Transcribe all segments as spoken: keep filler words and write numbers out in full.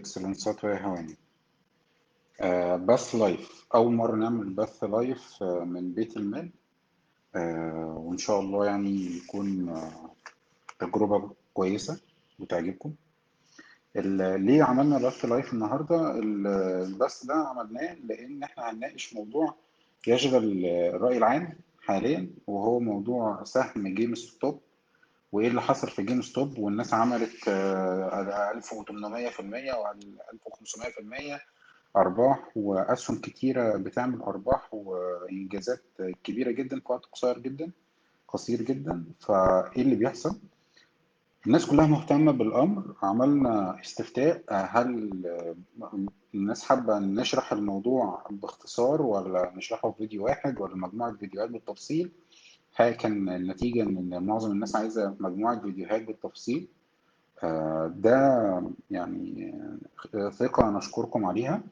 اكسلنسات وهي هواني. آه بث لايف، أول مرة نعمل بث لايف آه من بيت المال. آه وإن شاء الله يعني يكون آه تجربة كويسة وتعجبكم. ال- ليه عملنا بث لايف النهاردة؟ ال- البث ده عملناه لأن إحنا هنناقش موضوع يشغل الرأي العام حاليا، وهو موضوع سهم جيم ستوب، وايه اللي حصل في جيم ستوب. والناس عملت آه، ألف وثمانمائة في المية و ألف وخمسمائة في المية ارباح، واسهم كتيره بتعمل ارباح وانجازات كبيره جدا في وقت قصير جدا قصير جدا. فايه اللي بيحصل؟ الناس كلها مهتمه بالامر. عملنا استفتاء، آه، هل آه، الناس حابه نشرح الموضوع باختصار، ولا نشرحه في فيديو واحد، ولا مجموعه فيديوهات بالتفصيل؟ الحقيقة كان النتيجة إن معظم الناس عايزة مجموعة فيديوهات بالتفصيل. آه، ده يعني آه، ثقة نشكركم عليها.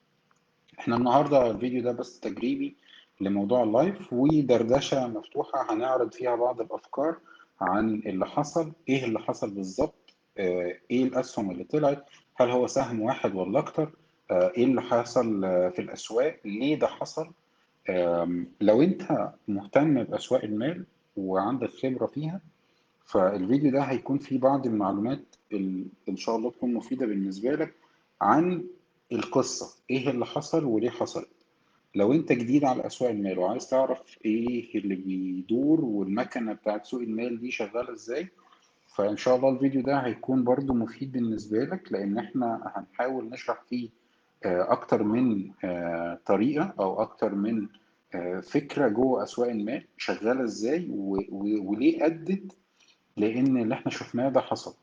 احنا النهاردة الفيديو ده بس تجريبي لموضوع اللايف، ودردشة مفتوحة هنعرض فيها بعض الأفكار عن اللي حصل. ايه اللي حصل بالظبط؟ آه، ايه الأسهم اللي طلعت؟ هل هو سهم واحد ولا أكتر؟ آه، ايه اللي حصل آه، في الأسواق؟ ليه ده حصل؟ آم، لو انت مهتم بأسواق المال وعندك خبرة فيها، فالفيديو ده هيكون فيه بعض المعلومات ال- إن شاء الله تكون مفيدة بالنسبة لك عن القصة، إيه اللي حصل وليه حصل. لو أنت جديد على أسواق المال وعايز تعرف إيه اللي بيدور والمكنة بتاعت سوق المال دي شغالة إزاي، فإن شاء الله الفيديو ده هيكون برضو مفيد بالنسبة لك، لأن إحنا هنحاول نشرح فيه آه، أكتر من آه، طريقة، أو أكتر من آه، فكرة جوه أسواق المال شغالة إزاي، و- و- وليه أدت لأن اللي احنا شفناه ده حصل.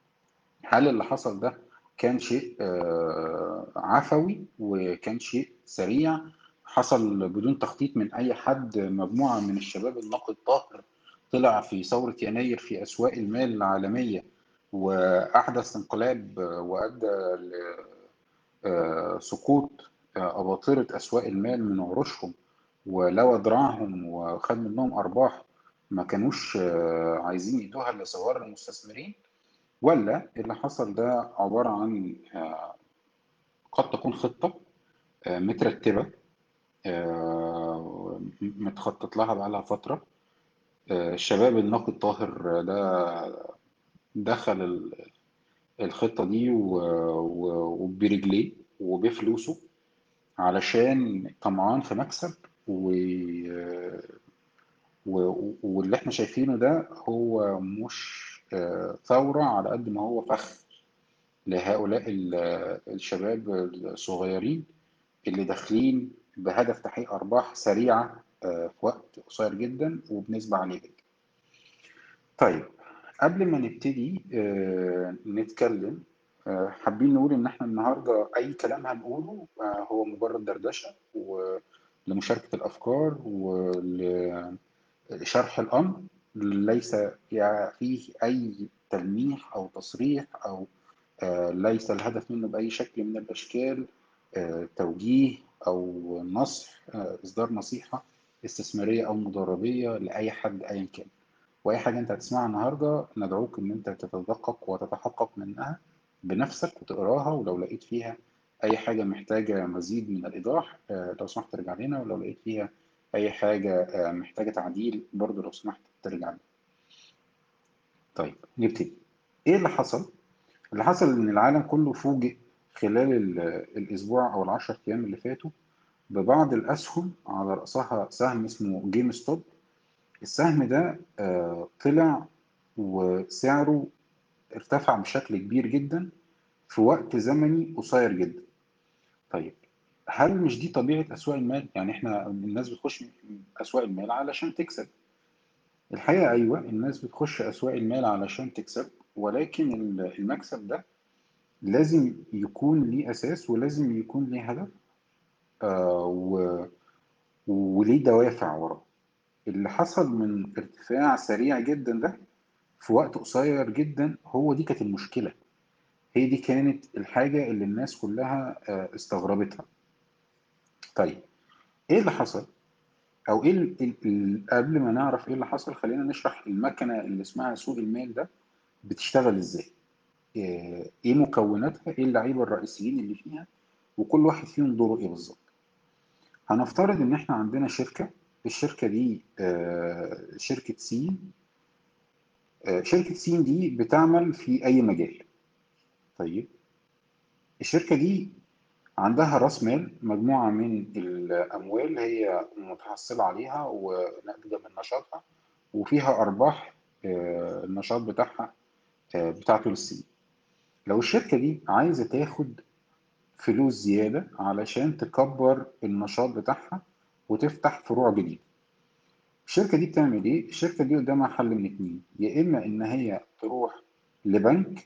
هل اللي حصل ده كان شيء آه، عفوي وكان شيء سريع حصل بدون تخطيط من أي حد؟ مجموعة من الشباب النقد الطاهر طلع في ثورة يناير في أسواق المال العالمية وأحدث انقلاب، آه، وأدى لسقوط أباطرة أسواق المال من عروشهم، ولو دراعهم وخد منهم أرباح ما كانوش آه، عايزين يدوها لصغار المستثمرين؟ ولا اللي حصل ده عبارة عن آه، قد تكون خطة آه، مترتبة، آه، متخطط لها بقالها فترة؟ آه، الشباب النقي الطاهر ده دخل ال- الخطة دي و- و- وبرجليه وبفلوسه علشان طمعان في مكسب، و... و... واللي احنا شايفينه ده هو مش آه، ثورة على قد ما هو فخ لهؤلاء ال- الشباب الصغيرين اللي داخلين بهدف تحقيق أرباح سريعة آه، في وقت قصير جدا وبنسبة عالية جدا. طيب، قبل ما نبتدي آه، نتكلم، آه، حابين نقول إن إحنا النهاردة أي كلام هنقوله آه، هو مجرد دردشة ولمشاركة الأفكار ولشرح الأمر. ليس يعني فيه أي تلميح أو تصريح، أو آه، ليس الهدف منه بأي شكل من الأشكال آه، توجيه أو نصح، آه، إصدار نصيحة استثمارية أو مضاربية لأي حد أيا كان. وأي حاجة أنت هتسمعها النهاردة ندعوك إن أنت تتدقق وتتحقق منها بنفسك وتقراها، ولو لقيت فيها أي حاجة محتاجة مزيد من الإيضاح آه، لو سمحت ترجع لنا، ولو لقيت فيها أي حاجة آه، محتاجة تعديل برضو لو سمحت ترجع لنا. طيب نبتدي. إيه اللي حصل؟ اللي حصل إن العالم كله فوجئ خلال ال- الأسبوع أو العشر أيام اللي فاتوا ببعض الأسهم، على رأسها سهم اسمه جيم ستوب. السهم ده آه، طلع وسعره ارتفع بشكل كبير جدا في وقت زمني قصير جدا. طيب، هل مش دي طبيعة أسواق المال؟ يعني احنا الناس بتخش أسواق المال علشان تكسب. الحقيقة أيوة، الناس بتخش أسواق المال علشان تكسب، ولكن المكسب ده لازم يكون ليه أساس ولازم يكون ليه هدف، آه و... وليه دوافع وراه. اللي حصل من ارتفاع سريع جدا ده في وقت قصير جدا، هو دي كانت المشكلة. هي دي كانت الحاجة اللي الناس كلها آه استغربتها. طيب، ايه اللي حصل؟ او ايه ال... ال... ال- قبل ما نعرف ايه اللي حصل، خلينا نشرح المكنة اللي اسمها سوق المال ده بتشتغل ازاي. آه، ايه مكوناتها، ايه اللعيبه الرئيسيين اللي فيها، وكل واحد فيهم دوره ايه بالظبط. هنفترض ان احنا عندنا شركه، الشركه دي آه، شركه سين. آه، شركه سين دي بتعمل في اي مجال. طيب، الشركه دي عندها راس مال، مجموعه من الاموال هي متحصله عليها وناتجه من نشاطها، وفيها ارباح آه، النشاط بتاعها آه، بتاعته للسين. لو الشركه دي عايزه تاخد فلوس زياده علشان تكبر النشاط بتاعها وتفتح فروع جديده، الشركة دي بتعمل إيه؟ الشركة دي قدامها حل من اتنين، يا إما إن هي تروح لبنك،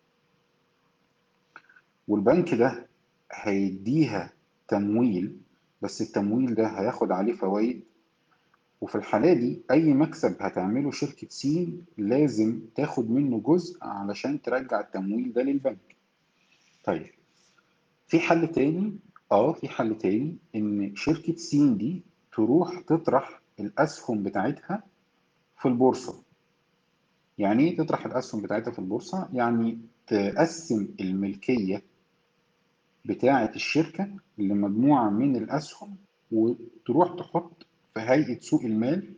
والبنك ده هيديها تمويل، بس التمويل ده هياخد عليه فوائد. وفي الحالة دي أي مكسب هتعمله شركة سين لازم تاخد منه جزء علشان ترجع التمويل ده للبنك. طيب، في حل تاني. اه في حل تاني إن شركة سين دي تروح تطرح الأسهم بتاعتها في البورصة. يعني ايه تطرح الاسهم بتاعتها في البورصه؟ يعني تقسم الملكيه بتاعه الشركه لمجموعه من الاسهم، وتروح تحط في هيئه سوق المال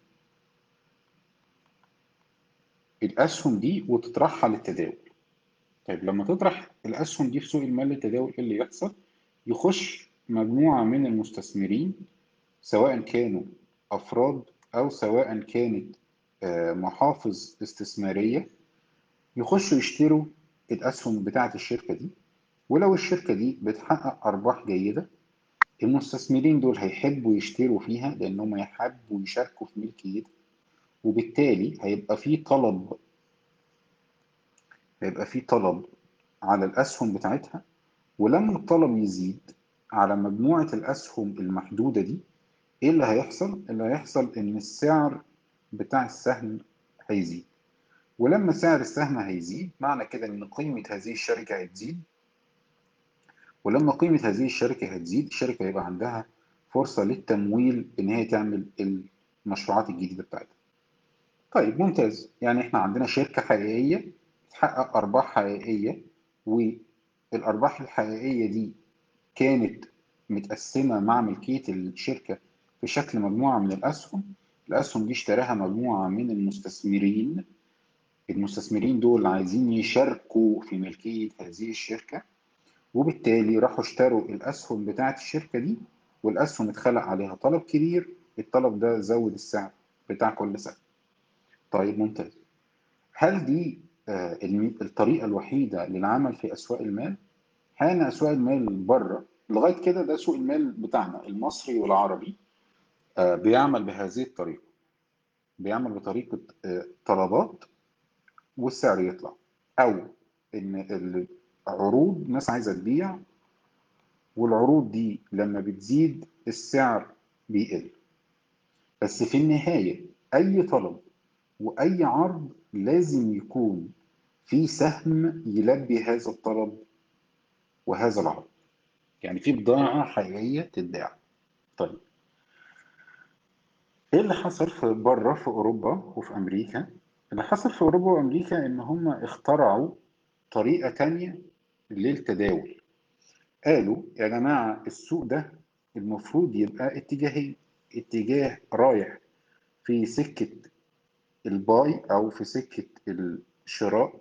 الاسهم دي وتطرحها للتداول. طيب، لما تطرح الاسهم دي في سوق المال للتداول، ايه اللي يحصل؟ يخش مجموعه من المستثمرين، سواء كانوا افراد او سواء كانت آه، محافظ استثماريه، يخشوا يشتروا الاسهم بتاعه الشركه دي. ولو الشركة دي بتحقق أرباح جيدة، المستثمرين دول هيحبوا يشتروا فيها لأنهم هيحبوا يشاركوا في ملكيتها، وبالتالي هيبقى في طلب هيبقى في طلب على الأسهم بتاعتها. ولما الطلب يزيد على مجموعة الأسهم المحدودة دي، إيه اللي هيحصل؟ اللي هيحصل إن السعر بتاع السهم هيزيد. ولما سعر السهم هيزيد، معنى كده إن قيمة هذه الشركة هتزيد. ولما قيمة هذه الشركة هتزيد، الشركة هيبقى عندها فرصة للتمويل إن هي تعمل المشروعات الجديدة بتاعتها. طيب، ممتاز. يعني إحنا عندنا شركة حقيقية تحقق أرباح حقيقية، والأرباح الحقيقية دي كانت متقسمة مع ملكية الشركة في شكل مجموعة من الأسهم. الأسهم دي اشتراها مجموعة من المستثمرين. المستثمرين دول عايزين يشاركوا في ملكية هذه الشركة، وبالتالي راحوا اشتروا الأسهم بتاعة الشركة دي، والأسهم اتخلق عليها طلب كبير. الطلب ده زود السعر بتاع كل سهم. طيب، ممتاز. هل دي آه، الم- الطريقة الوحيدة للعمل في أسواق المال؟ حان أسواق المال بره لغاية كده ده سوق المال بتاعنا المصري والعربي آه، بيعمل بهذه الطريقة. بيعمل بطريقة آه، طلبات والسعر يطلع، أو إن العروض ناس عايزة تبيع، والعروض دي لما بتزيد السعر بيقل. بس في النهاية أي طلب وأي عرض لازم يكون في سهم يلبي هذا الطلب وهذا العرض، يعني في بضاعة حقيقية تتباع. طيب، إيه اللي حصل في بره في أوروبا وفي أمريكا؟ اللي حصل في أوروبا وأمريكا إن هم اخترعوا طريقة تانية للتداول. قالوا يا جماعة السوق ده المفروض يبقى اتجاهي، اتجاه رايح في سكة الباي أو في سكة الشراء،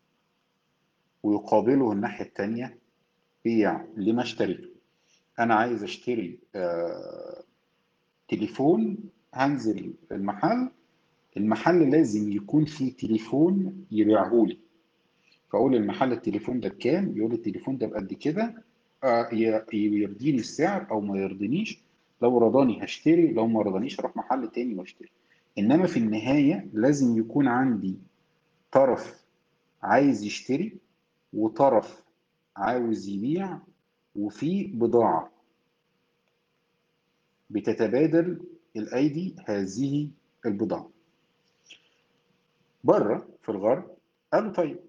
ويقابله الناحية التانية بيع لما اشتريته. أنا عايز أشتري آه تليفون، هنزل المحل المحل لازم يكون فيه تليفون يبيعهولي، فأقول المحل التليفون ده بكام؟ يقول التليفون ده بقد كده. آه ي- يرضيني السعر أو ما يرضينيش. لو رضاني هشتري، لو ما رضانيش أروح محل تاني واشتري. إنما في النهاية لازم يكون عندي طرف عايز يشتري وطرف عاوز يبيع، وفي بضاعة بتتبادل الأيدي هذه البضاعة. بره في الغرب قالوا طيب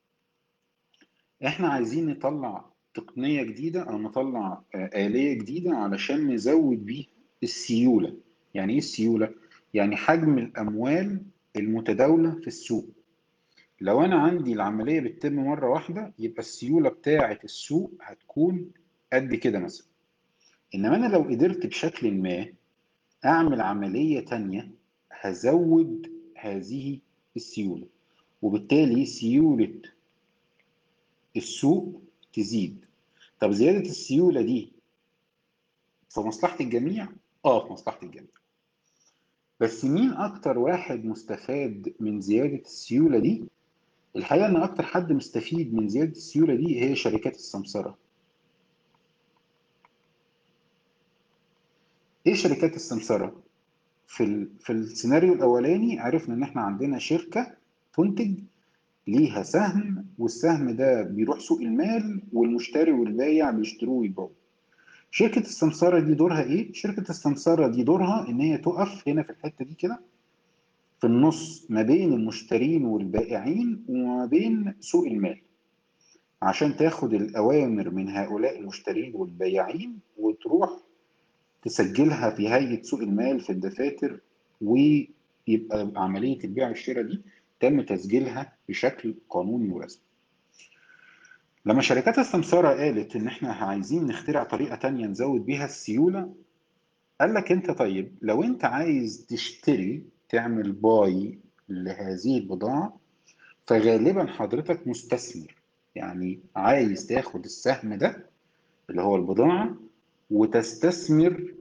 احنا عايزين نطلع تقنية جديدة او نطلع آه، آلية جديدة علشان نزود بيها السيولة. يعني ايه السيولة؟ يعني حجم الأموال المتداولة في السوق. لو انا عندي العمليه بتتم مره واحده يبقى السيوله بتاعه السوق هتكون قد كده مثلا. انما انا لو قدرت بشكل ما اعمل عمليه تانية هزود هذه السيوله، وبالتالي سيوله السوق تزيد. طب زياده السيوله دي في مصلحه الجميع؟ اه في مصلحه الجميع. بس مين اكتر واحد مستفاد من زياده السيوله دي؟ الحقيقه ان اكتر حد مستفيد من زياده السيوله دي هي شركات السمسره. ايه شركات السمسره؟ في ال... في السيناريو الاولاني عرفنا ان احنا عندنا شركه تنتج ليها سهم، والسهم ده بيروح سوق المال والمشتري والبايع بيشتروه ويبيعوه. شركه السمسره دي دورها ايه؟ شركه السمسره دي دورها ان هي تقف هنا في الحته دي كده، في النص ما بين المشترين والبائعين وما بين سوق المال، عشان تاخد الأوامر من هؤلاء المشترين والبياعين وتروح تسجلها في هيئة سوق المال في الدفاتر، ويبقى عملية البيع والشراء دي تم تسجيلها بشكل قانوني ورسمي. لما شركات السمسارة قالت إن إحنا عايزين نخترع طريقة تانية نزود بيها السيولة، قال لك أنت طيب لو أنت عايز تشتري تعمل باي لهذه البضاعة، فغالبا حضرتك مستثمر، يعني عايز تاخد السهم ده اللي هو البضاعة وتستثمر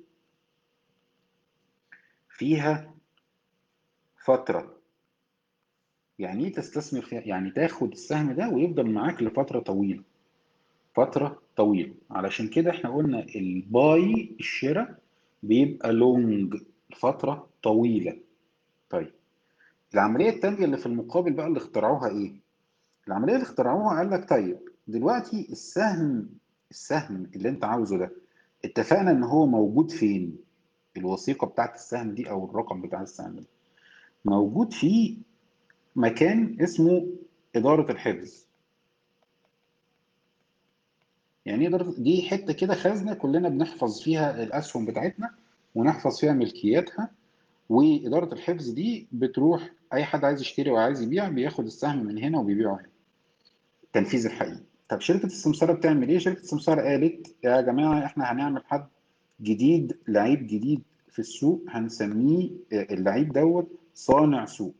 فيها فترة. يعني ايه تستثمر فيها؟ يعني تاخد السهم ده ويفضل معاك لفترة طويلة، فترة طويلة. علشان كده احنا قلنا الباي الشراء بيبقى لونج، فترة طويلة. طيب العملية التانية اللي في المقابل بقى اللي اخترعوها ايه؟ العملية اللي اخترعوها قال لك طيب دلوقتي السهم السهم اللي انت عاوزه ده اتفقنا ان هو موجود فين؟ الوثيقة بتاعت السهم دي او الرقم بتاع السهم ده موجود في مكان اسمه إدارة الحفظ. يعني إيه إدارة؟ دي حتة كده خزنة كلنا بنحفظ فيها الأسهم بتاعتنا ونحفظ فيها ملكياتها. وإدارة الحفظ دي بتروح أي حد عايز يشتري وعايز يبيع بياخد السهم من هنا وبيبيعه هنا. التنفيذ الحقيقي. طب شركة السمسارة بتعمل إيه؟ شركة السمسارة قالت يا جماعة إحنا هنعمل حد جديد، لعيب جديد في السوق، هنسميه اللعيب دوت صانع سوق.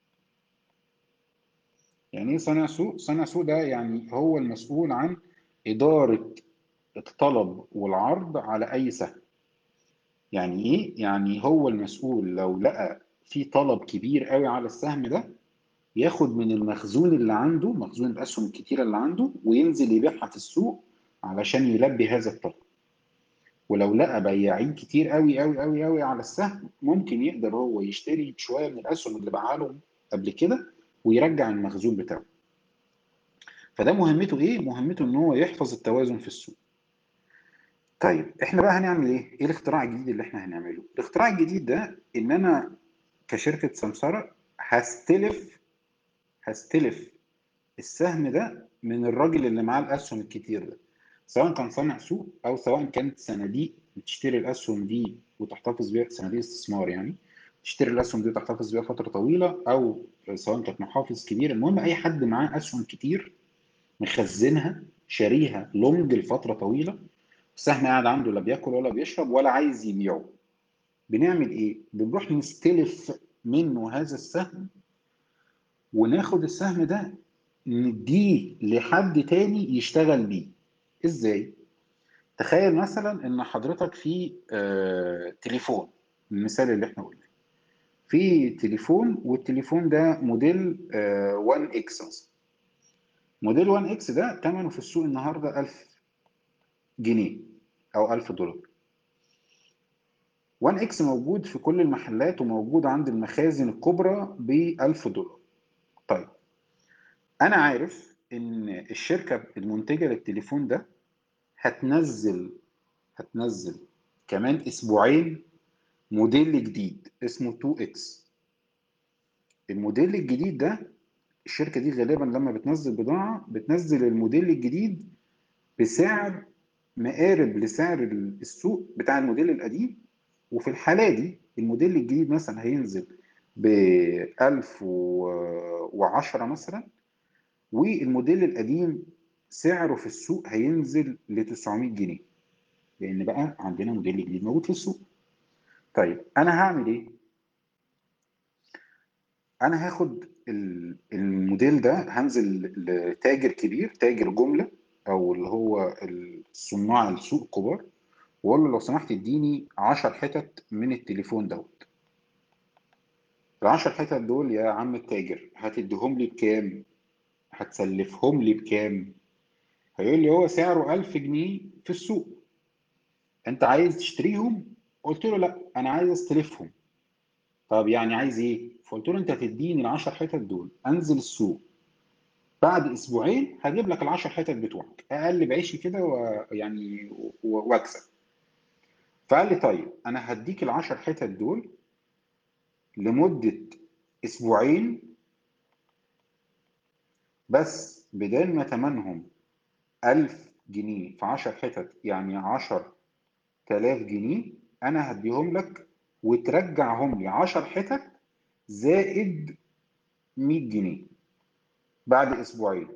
يعني ايه صانع سوق؟ صانع سوق ده يعني هو المسؤول عن إدارة الطلب والعرض على أي سهم. يعني ايه؟ يعني هو المسؤول لو لقى في طلب كبير قوي على السهم ده ياخد من المخزون اللي عنده، مخزون الأسهم الكتيرة اللي عنده، وينزل يبيعها في السوق علشان يلبي هذا الطلب. ولو لقى بياعين كتير قوي قوي قوي قوي على السهم ممكن يقدر هو يشتري شوية من الأسهم اللي باعها لهم قبل كده ويرجع المخزون بتاعه. فده مهمته ايه؟ مهمته ان هو يحفظ التوازن في السوق. طيب احنا بقى هنعمل ايه؟ ايه الاختراع الجديد اللي احنا هنعمله؟ الاختراع الجديد ده ان انا كشركة سمسارة هستلف هستلف السهم ده من الراجل اللي معاه الاسهم الكتير ده، سواء كان صانع سوق او سواء كانت صناديق بتشتري الاسهم دي وتحتفظ بيها، صناديق استثمار يعني تشتري الاسهم دي وتحتفظ بيها فترة طويلة، او سواء كانت محافظ كبير. المهم اي حد معاه اسهم كتير مخزنها شاريها لونج لفترة طويلة، السهم قاعد عنده لا بياكل ولا بيشرب ولا عايز يبيعه. بنعمل ايه؟ بنروح نستلف منه هذا السهم وناخد السهم ده نديه لحد تاني يشتغل بيه. ازاي؟ تخيل مثلا ان حضرتك في آه تليفون، المثال اللي احنا قلنا في تليفون، والتليفون ده موديل آه واحد اكس مثلا. موديل واحد اكس ده ثمنه في السوق النهارده ألف جنيه او ألف دولار. واحد اكس موجود في كل المحلات وموجود عند المخازن الكبرى ب ألف دولار. طيب انا عارف ان الشركه المنتجه للتليفون ده هتنزل هتنزل كمان اسبوعين موديل جديد اسمه اتنين اكس. الموديل الجديد ده الشركه دي غالبا لما بتنزل بضاعه بتنزل الموديل الجديد بسعر مقارب لسعر السوق بتاع الموديل القديم. وفي الحالة دي الموديل الجديد مثلا هينزل ب ألف وعشرة مثلا، والموديل القديم سعره في السوق هينزل ل تسعمية جنيه، لان بقى عندنا موديل جديد موجود في السوق. طيب انا هعمل ايه؟ انا هاخد الموديل ده، هنزل لتاجر كبير، تاجر جمله، او اللي هو الصناع السوق الكبار، واقول له لو سمحت اديني عشر حتت من التليفون دوت. ال عشر حتت دول يا عم التاجر هتديهم لي بكام؟ هتسلفهم لي بكام؟ هيقول لي هو سعره ألف جنيه في السوق، انت عايز تشتريهم؟ قلت له لا، انا عايز استلفهم. طب يعني عايز ايه؟ فقلت له انت هتديني ال عشر حتت دول، انزل السوق بعد اسبوعين هجيب لك ال عشر حتت بتوعك، اقل بعيشي كده ويعني واكسب. فقال لي طيب انا هديك ال عشر حتت دول لمده اسبوعين، بس بدل ما ثمنهم ألف جنيه في عشر حتت يعني عشرة آلاف جنيه، انا هديهم لك وترجعهم لي عشر حتت زائد مية جنيه بعد اسبوعين.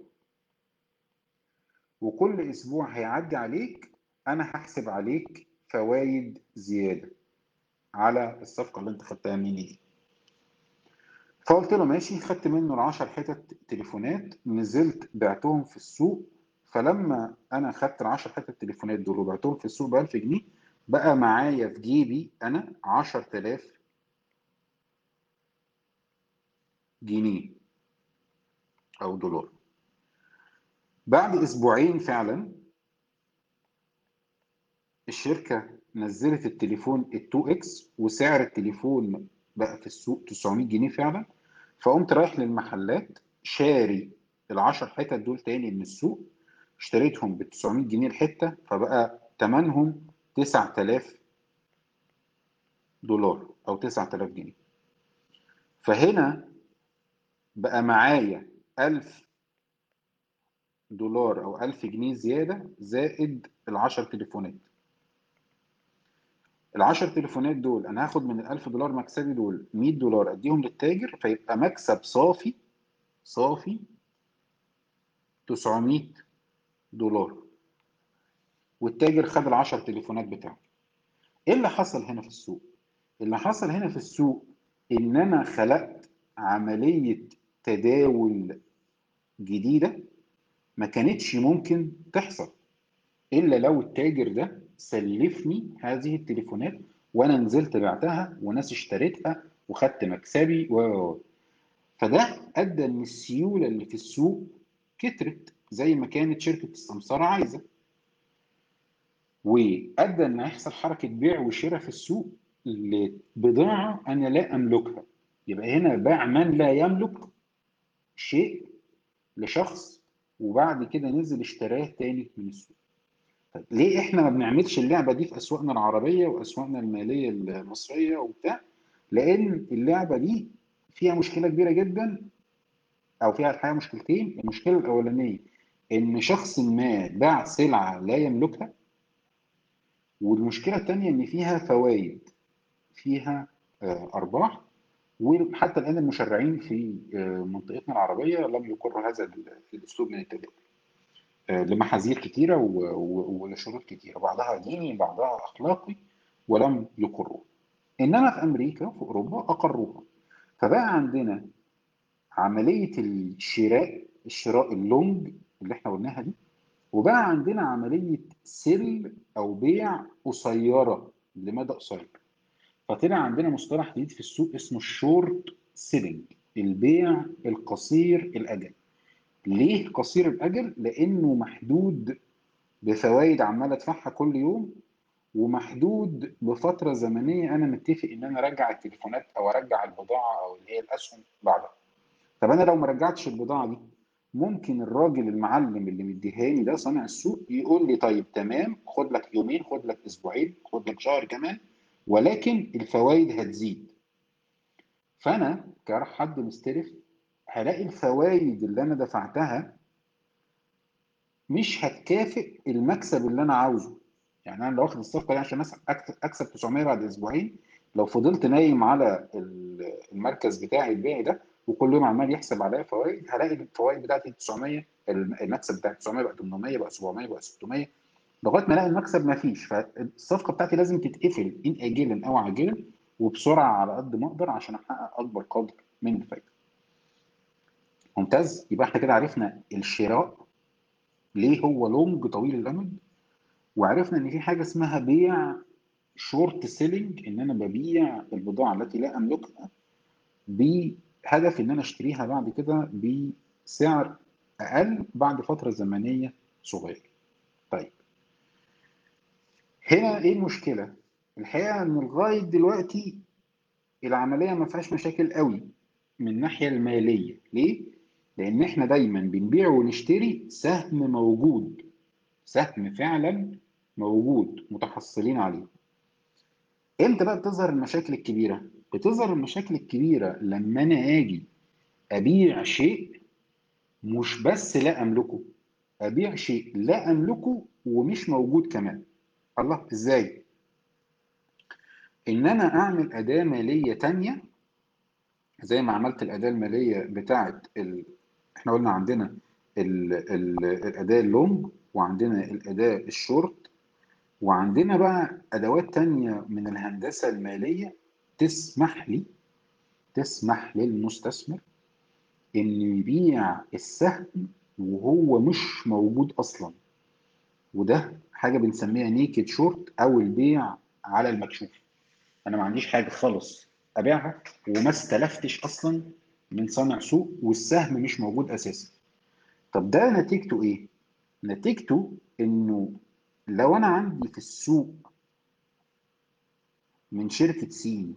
وكل اسبوع هيعدي عليك انا هحسب عليك فوائد زياده على الصفقه اللي انت خدتها مني دي. فقلت له ماشي، خدت منه العشر حتت تليفونات، نزلت بعتهم في السوق. فلما انا خدت العشر حتت تليفونات دول وبعتهم في السوق ب ألف جنيه، بقى معايا في جيبي انا عشرة آلاف جنيه او دولار. بعد اسبوعين فعلا الشركه نزلت التليفون ال تو اكس، وسعر التليفون بقى في السوق تسعمية جنيه فعلا. فقمت رايح للمحلات شاري العشر حتت دول تاني من السوق، اشتريتهم ب تسعمية جنيه الحته، فبقى ثمنهم تسعة آلاف دولار او تسعة آلاف جنيه. فهنا بقى معايا ألف دولار او ألف جنيه زياده زائد ال عشر تليفونات. ال عشر تليفونات دول انا هاخد من ال ألف دولار مكسبي دول مية دولار اديهم للتاجر، فيبقى مكسب صافي صافي تسعمية دولار، والتاجر خد ال عشر تليفونات بتاعته. ايه اللي حصل هنا في السوق؟ اللي حصل هنا في السوق ان انا خلقت عملية تداول جديدة ما كانتش ممكن تحصل الا لو التاجر ده سلفني هذه التليفونات وانا نزلت بعتها وناس اشتريتها وخدت مكسبي و فده ادى ان السيولة اللي في السوق كترت زي ما كانت شركة السمسارة عايزة، وادى ان يحصل حركه بيع وشراء في السوق لبضاعه انا لا املكها. يبقى هنا باع من لا يملك شيء لشخص، وبعد كده نزل اشتراه تاني من السوق. طيب ليه احنا ما بنعملش اللعبه دي في اسواقنا العربيه واسواقنا الماليه المصريه وبتاع؟ لان اللعبه دي فيها مشكله كبيره جدا، او فيها الحقيقه مشكلتين. المشكله الاولانيه ان شخص ما باع سلعه لا يملكها، والمشكله الثانيه ان فيها فوائد، فيها آه، ارباح. وحتى الان المشرعين في آه، منطقتنا العربيه لم يقروا هذا الاسلوب من التداول آه، لمحاذير كثيره و- و- ولشروط كثيره، بعضها ديني بعضها اخلاقي، ولم يقروه. انما في امريكا وفي اوروبا اقروها. فبقى عندنا عمليه الشراء، الشراء اللونج اللي احنا قلناها دي، وبقى عندنا عمليه سيل او بيع قصيره لمدى قصير. فطلع عندنا مصطلح جديد في السوق اسمه الشورت سيلينج، البيع القصير الاجل. ليه قصير الاجل؟ لانه محدود بفوائد عمال ادفعها كل يوم، ومحدود بفتره زمنيه انا متفق ان انا ارجع التليفونات او ارجع البضاعه او اللي هي الاسهم بعدها. طب انا لو ما رجعتش البضاعه دي، ممكن الراجل المعلم اللي مديهاني ده صانع السوق يقول لي طيب تمام، خد لك يومين، خد لك اسبوعين، خد لك شهر كمان، ولكن الفوائد هتزيد. فانا كحد مستلف هلاقي الفوائد اللي انا دفعتها مش هتكافئ المكسب اللي انا عاوزه. يعني انا لو واخد الصفقه دي عشان أكسب أكسب تسعمية بعد اسبوعين، لو فضلت نايم على المركز بتاعي البيعي ده وكل يوم عمال يحسب عليا فوائد، هلاقي الفوائد بتاعتي تسعمية، المكسب بتاعي تسعمية بقى تمنمية بقى سبعمية بقى ستمية، لغايه ما الاقي المكسب ما فيش. فالصفقه بتاعتي لازم تتقفل ان اجلا او عاجلا وبسرعه على قد ما اقدر عشان احقق اكبر قدر من الفائده. ممتاز. يبقى احنا كده عرفنا الشراء ليه هو لونج طويل الامد، وعرفنا ان في حاجه اسمها بيع شورت سيلينج، ان انا ببيع البضاعه التي لا املكها بهدف ان انا اشتريها بعد كده بسعر اقل بعد فتره زمنيه صغيره. طيب هنا ايه المشكله؟ الحقيقه ان لغايه دلوقتي العمليه ما فيهاش مشاكل قوي من الناحيه الماليه. ليه؟ لان احنا دايما بنبيع ونشتري سهم موجود، سهم فعلا موجود متحصلين عليه. امتى بقى بتظهر المشاكل الكبيره؟ بتظهر المشاكل الكبيره لما انا اجي ابيع شيء مش بس لا املكه، ابيع شيء لا املكه ومش موجود كمان. الله، ازاي؟ ان انا اعمل اداه ماليه تانية زي ما عملت الاداه الماليه بتاعه ال... احنا قلنا عندنا ال... ال... الاداه اللونج، وعندنا الاداه الشورت، وعندنا بقى ادوات تانية من الهندسه الماليه تسمح لي تسمح للمستثمر انه يبيع السهم وهو مش موجود اصلا. وده حاجه بنسميها نيكد شورت او البيع على المكشوف. انا ما عنديش حاجه خالص ابيعها وما استلفتش اصلا من صانع سوق والسهم مش موجود اساسا. طب ده نتيجته ايه؟ نتيجته انه لو انا عندي في السوق من شركه سين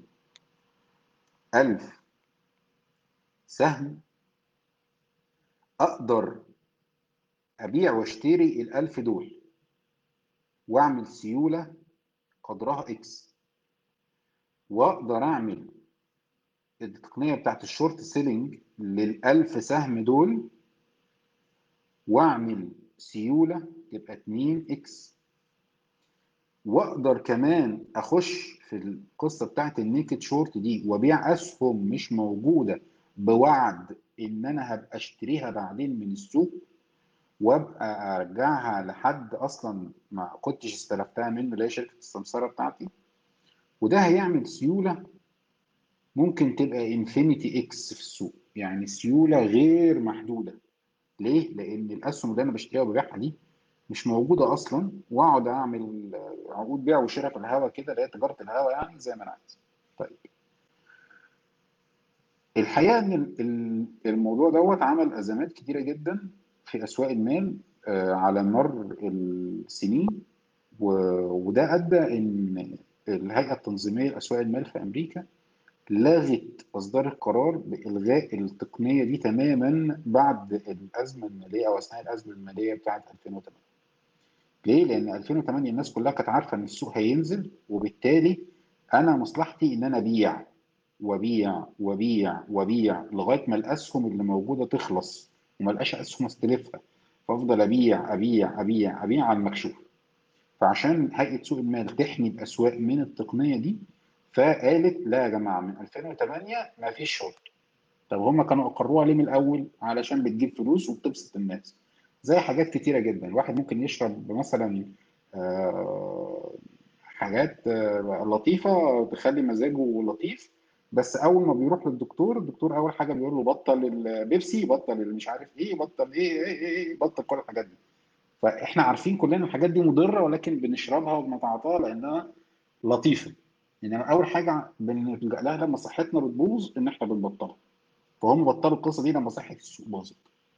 ألف سهم، اقدر ابيع واشتري الألف دول واعمل سيوله قدرها اكس، واقدر اعمل التقنيه بتاعت الشورت سيلينج للألف سهم دول واعمل سيوله تبقى اتنين اكس. واقدر كمان اخش في القصه بتاعت النيكد شورت دي وابيع اسهم مش موجوده بوعد ان انا هبقى اشتريها بعدين من السوق، وابقى ارجعها لحد اصلا ما كنتش استلفتها منه اللي هي شركه السمسره بتاعتي. وده هيعمل سيوله ممكن تبقى انفينيتي اكس في السوق، يعني سيوله غير محدوده. ليه؟ لان الاسهم اللي انا بشتريها وببيعها دي مش موجوده اصلا، واقعد اعمل عقود بيع وشراء في الهوا كده اللي هي تجاره الهوا يعني زي ما انا عايز. طيب الحقيقه ان ال- ال- الموضوع دوت عمل ازمات كتيره جدا في اسواق المال آه، على مر السنين، و- وده ادى ان الهيئه التنظيميه لاسواق المال في امريكا لغت اصدار القرار بالغاء التقنيه دي تماما بعد الازمه الماليه او اثناء الازمه الماليه بتاعه ألفين وتمانية. ليه؟ لان ألفين وتمانية الناس كلها كانت عارفه ان السوق هينزل، وبالتالي انا مصلحتي ان انا ابيع وابيع وابيع وابيع لغايه ما الاسهم اللي موجوده تخلص وما القاش اسهم استلفها، فافضل ابيع ابيع ابيع ابيع على المكشوف. فعشان هيئه سوق المال تحمي الاسواق من التقنيه دي فقالت لا يا جماعه من ألفين وتمانية ما فيش شورت. طب هم كانوا اقروها ليه من الاول؟ علشان بتجيب فلوس وبتبسط الناس. زي حاجات كتيره جدا، الواحد ممكن يشرب مثلا آه، حاجات آه، لطيفه تخلي مزاجه لطيف، بس اول ما بيروح للدكتور، الدكتور اول حاجه بيقول له بطل البيبسي، بطل اللي مش عارف ايه، بطل ايه ايه ايه, إيه بطل كل الحاجات دي. فاحنا عارفين كلنا الحاجات دي مضره ولكن بنشربها وبنتعاطاها لانها لطيفه. انما اول حاجه بنلجا لها لما صحتنا بتبوظ ان احنا بنبطلها. فهم بطلوا القصه دي لما صحه السوق باظت.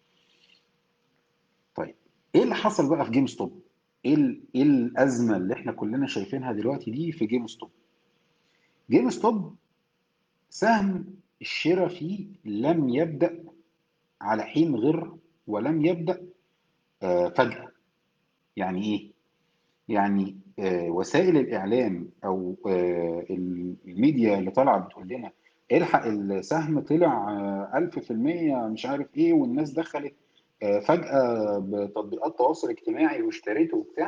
طيب ايه اللي حصل بقى في جيم ستوب؟ ايه ال- ايه الازمه اللي احنا كلنا شايفينها دلوقتي دي في جيم ستوب؟ جيم ستوب سهم الشراء فيه لم يبدا على حين غر، ولم يبدا آه، فجاه. يعني ايه؟ يعني آه، وسائل الاعلام او آه، الميديا اللي طالعه بتقول لنا الحق السهم طلع آه، ألف في المية مش عارف ايه، والناس دخلت آه، فجأة بتطبيقات تواصل اجتماعي واشتريته وبتاع.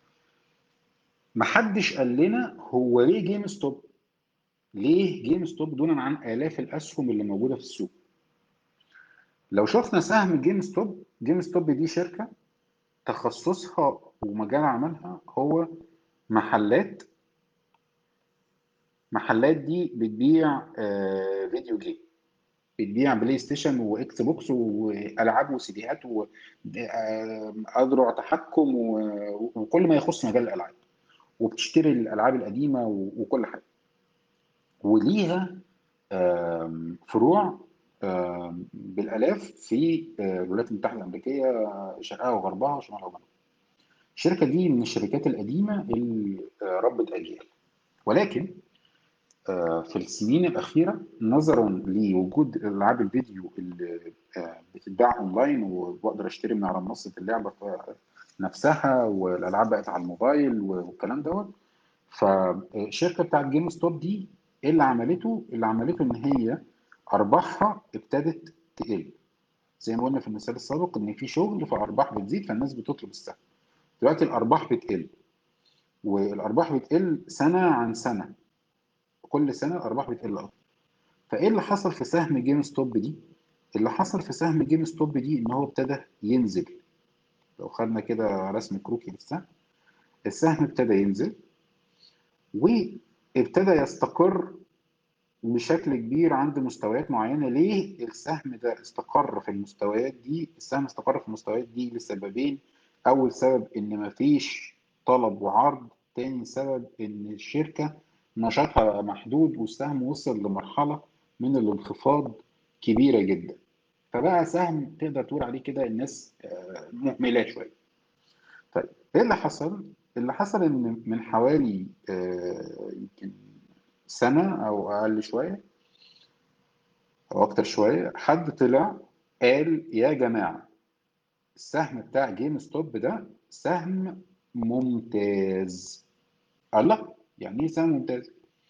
محدش قال لنا هو ليه جيم ستوب، ليه جيم ستوب دونا عن آلاف الأسهم اللي موجودة في السوق. لو شفنا سهم جيم ستوب، جيم ستوب دي شركة تخصصها ومجال عملها هو محلات. محلات دي بتبيع آه، فيديو جيم، بتبيع بلاي ستيشن واكس بوكس والعاب وسيديهات واذرع تحكم و- وكل ما يخص مجال الالعاب، وبتشتري الالعاب القديمه و- وكل حاجه. وليها آم، فروع آم، بالالاف في آه، الولايات المتحده الامريكيه، شرقها وغربها وشمالها وجنوبها. الشركه دي من الشركات القديمه اللي آه، ربت اجيال. ولكن آه، في السنين الأخيرة نظرا لوجود ألعاب الفيديو اللي آه، بتتباع أونلاين وبقدر أشتري من على منصة اللعبة ف- نفسها، والألعاب بقت على الموبايل والكلام دوت. فالشركة بتاعت جيم ستوب دي إيه اللي عملته؟ اللي عملته إن هي أرباحها ابتدت تقل. زي ما قلنا في المثال السابق إن في شغل فأرباح بتزيد فالناس بتطلب السهم. دلوقتي الأرباح بتقل، والأرباح بتقل سنة عن سنة، كل سنة الأرباح بتقل أكتر. فايه اللي حصل في سهم جيم ستوب دي؟ اللي حصل في سهم جيم ستوب دي ان هو ابتدى ينزل. لو خدنا كده رسم كروكي للسهم، السهم ابتدى ينزل وابتدى يستقر بشكل كبير عند مستويات معينة. ليه السهم ده استقر في المستويات دي؟ السهم استقر في المستويات دي لسببين. أول سبب إن مفيش طلب وعرض. تاني سبب إن الشركة نشاطها بقى محدود والسهم وصل لمرحلة من الانخفاض كبيرة جدا. فبقى سهم تقدر تقول عليه كده الناس آه، مهملة شوية. طيب ايه اللي حصل؟ اللي حصل ان من حوالي آه، يمكن سنة او اقل شوية او اكتر شوية، حد طلع قال يا جماعة السهم بتاع جيم ستوب ده سهم ممتاز. الله، يعني ايه سهم ممتاز؟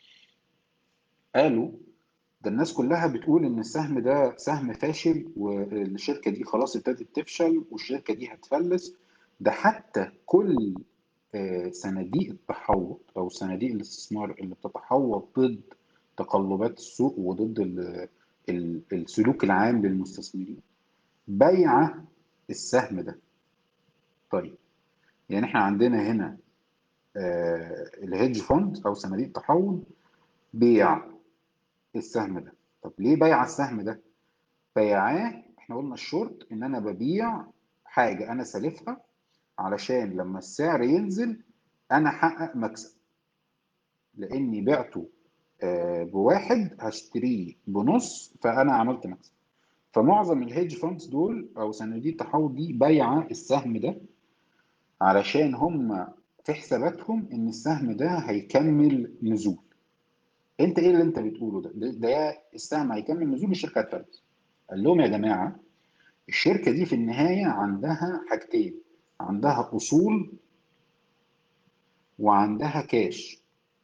قالوا ده الناس كلها بتقول ان السهم ده سهم فاشل والشركة دي خلاص ابتدت تفشل والشركة دي هتفلس. ده حتى كل آه، صناديق التحوط او صناديق الاستثمار اللي بتتحوط ضد تقلبات السوق وضد ال- ال- السلوك العام للمستثمرين بايعة السهم ده. طيب يعني احنا عندنا هنا آه، الهيدج فوند او صناديق التحوط بيع السهم ده. طب ليه بايعة السهم ده؟ بيعاه، احنا قلنا الشورت ان انا ببيع حاجه انا سالفها علشان لما السعر ينزل انا احقق مكسب، لاني بعته آه، بواحد هشتريه بنص فانا عملت مكسب. فمعظم الهيدج فاندز دول او صناديق التحول دي بايعه السهم ده علشان هم في حساباتهم ان السهم ده هيكمل نزول. انت ايه اللي انت بتقوله ده؟ ده, ده السهم هيكمل نزول، الشركه هتفلس. قال لهم يا جماعه الشركة دي في النهاية عندها حاجتين: عندها أصول وعندها كاش.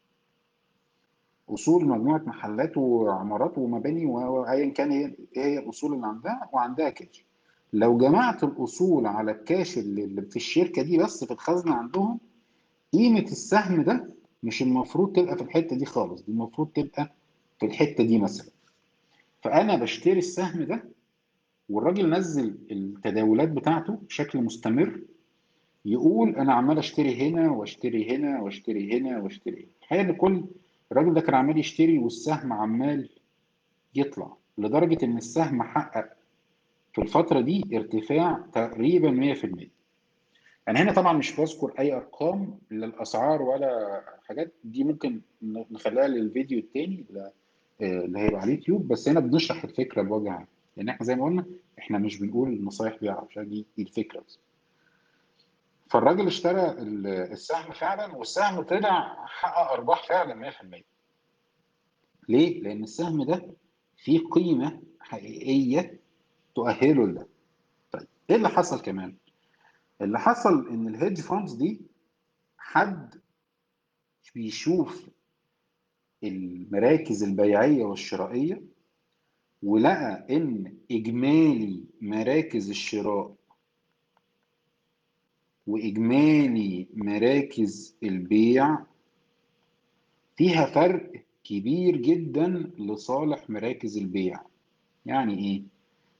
أصول مجموعة محلات وعمارات ومباني وأيا كان هي إيه هي الأصول اللي عندها، وعندها كاش. لو جمعت الأصول على الكاش اللي اللي في الشركة دي بس في الخزنة عندهم، قيمة السهم ده مش المفروض تبقى في الحتة دي خالص، دي المفروض تبقى في الحتة دي مثلا. فأنا بشتري السهم ده والراجل نزل التداولات بتاعته بشكل مستمر، يقول انا عمال اشتري هنا واشتري هنا واشتري هنا واشتري هنا. الحقيقه ان كل الراجل ده كان عمال يشتري والسهم عمال يطلع لدرجه ان السهم حقق في الفتره دي ارتفاع تقريبا مية في المية. انا هنا طبعا مش بذكر اي ارقام للاسعار ولا حاجات دي، ممكن نخليها للفيديو التاني اللي اللي هيبقى على اليوتيوب. بس هنا بنشرح الفكره بوجه عام، لان احنا زي ما قلنا احنا مش بنقول نصايح بيع، عشان دي دي الفكره بس. فالراجل اشترى ال- السهم فعلا والسهم طلع حقق ارباح فعلا مية في المية. ليه؟ لان السهم ده فيه قيمه حقيقيه تؤهله لده. طيب ايه اللي حصل كمان؟ اللي حصل ان الهيدج فاندز دي حد بيشوف المراكز البيعيه والشرائيه ولقى ان اجمالي مراكز الشراء واجمالي مراكز البيع فيها فرق كبير جدا لصالح مراكز البيع. يعني ايه؟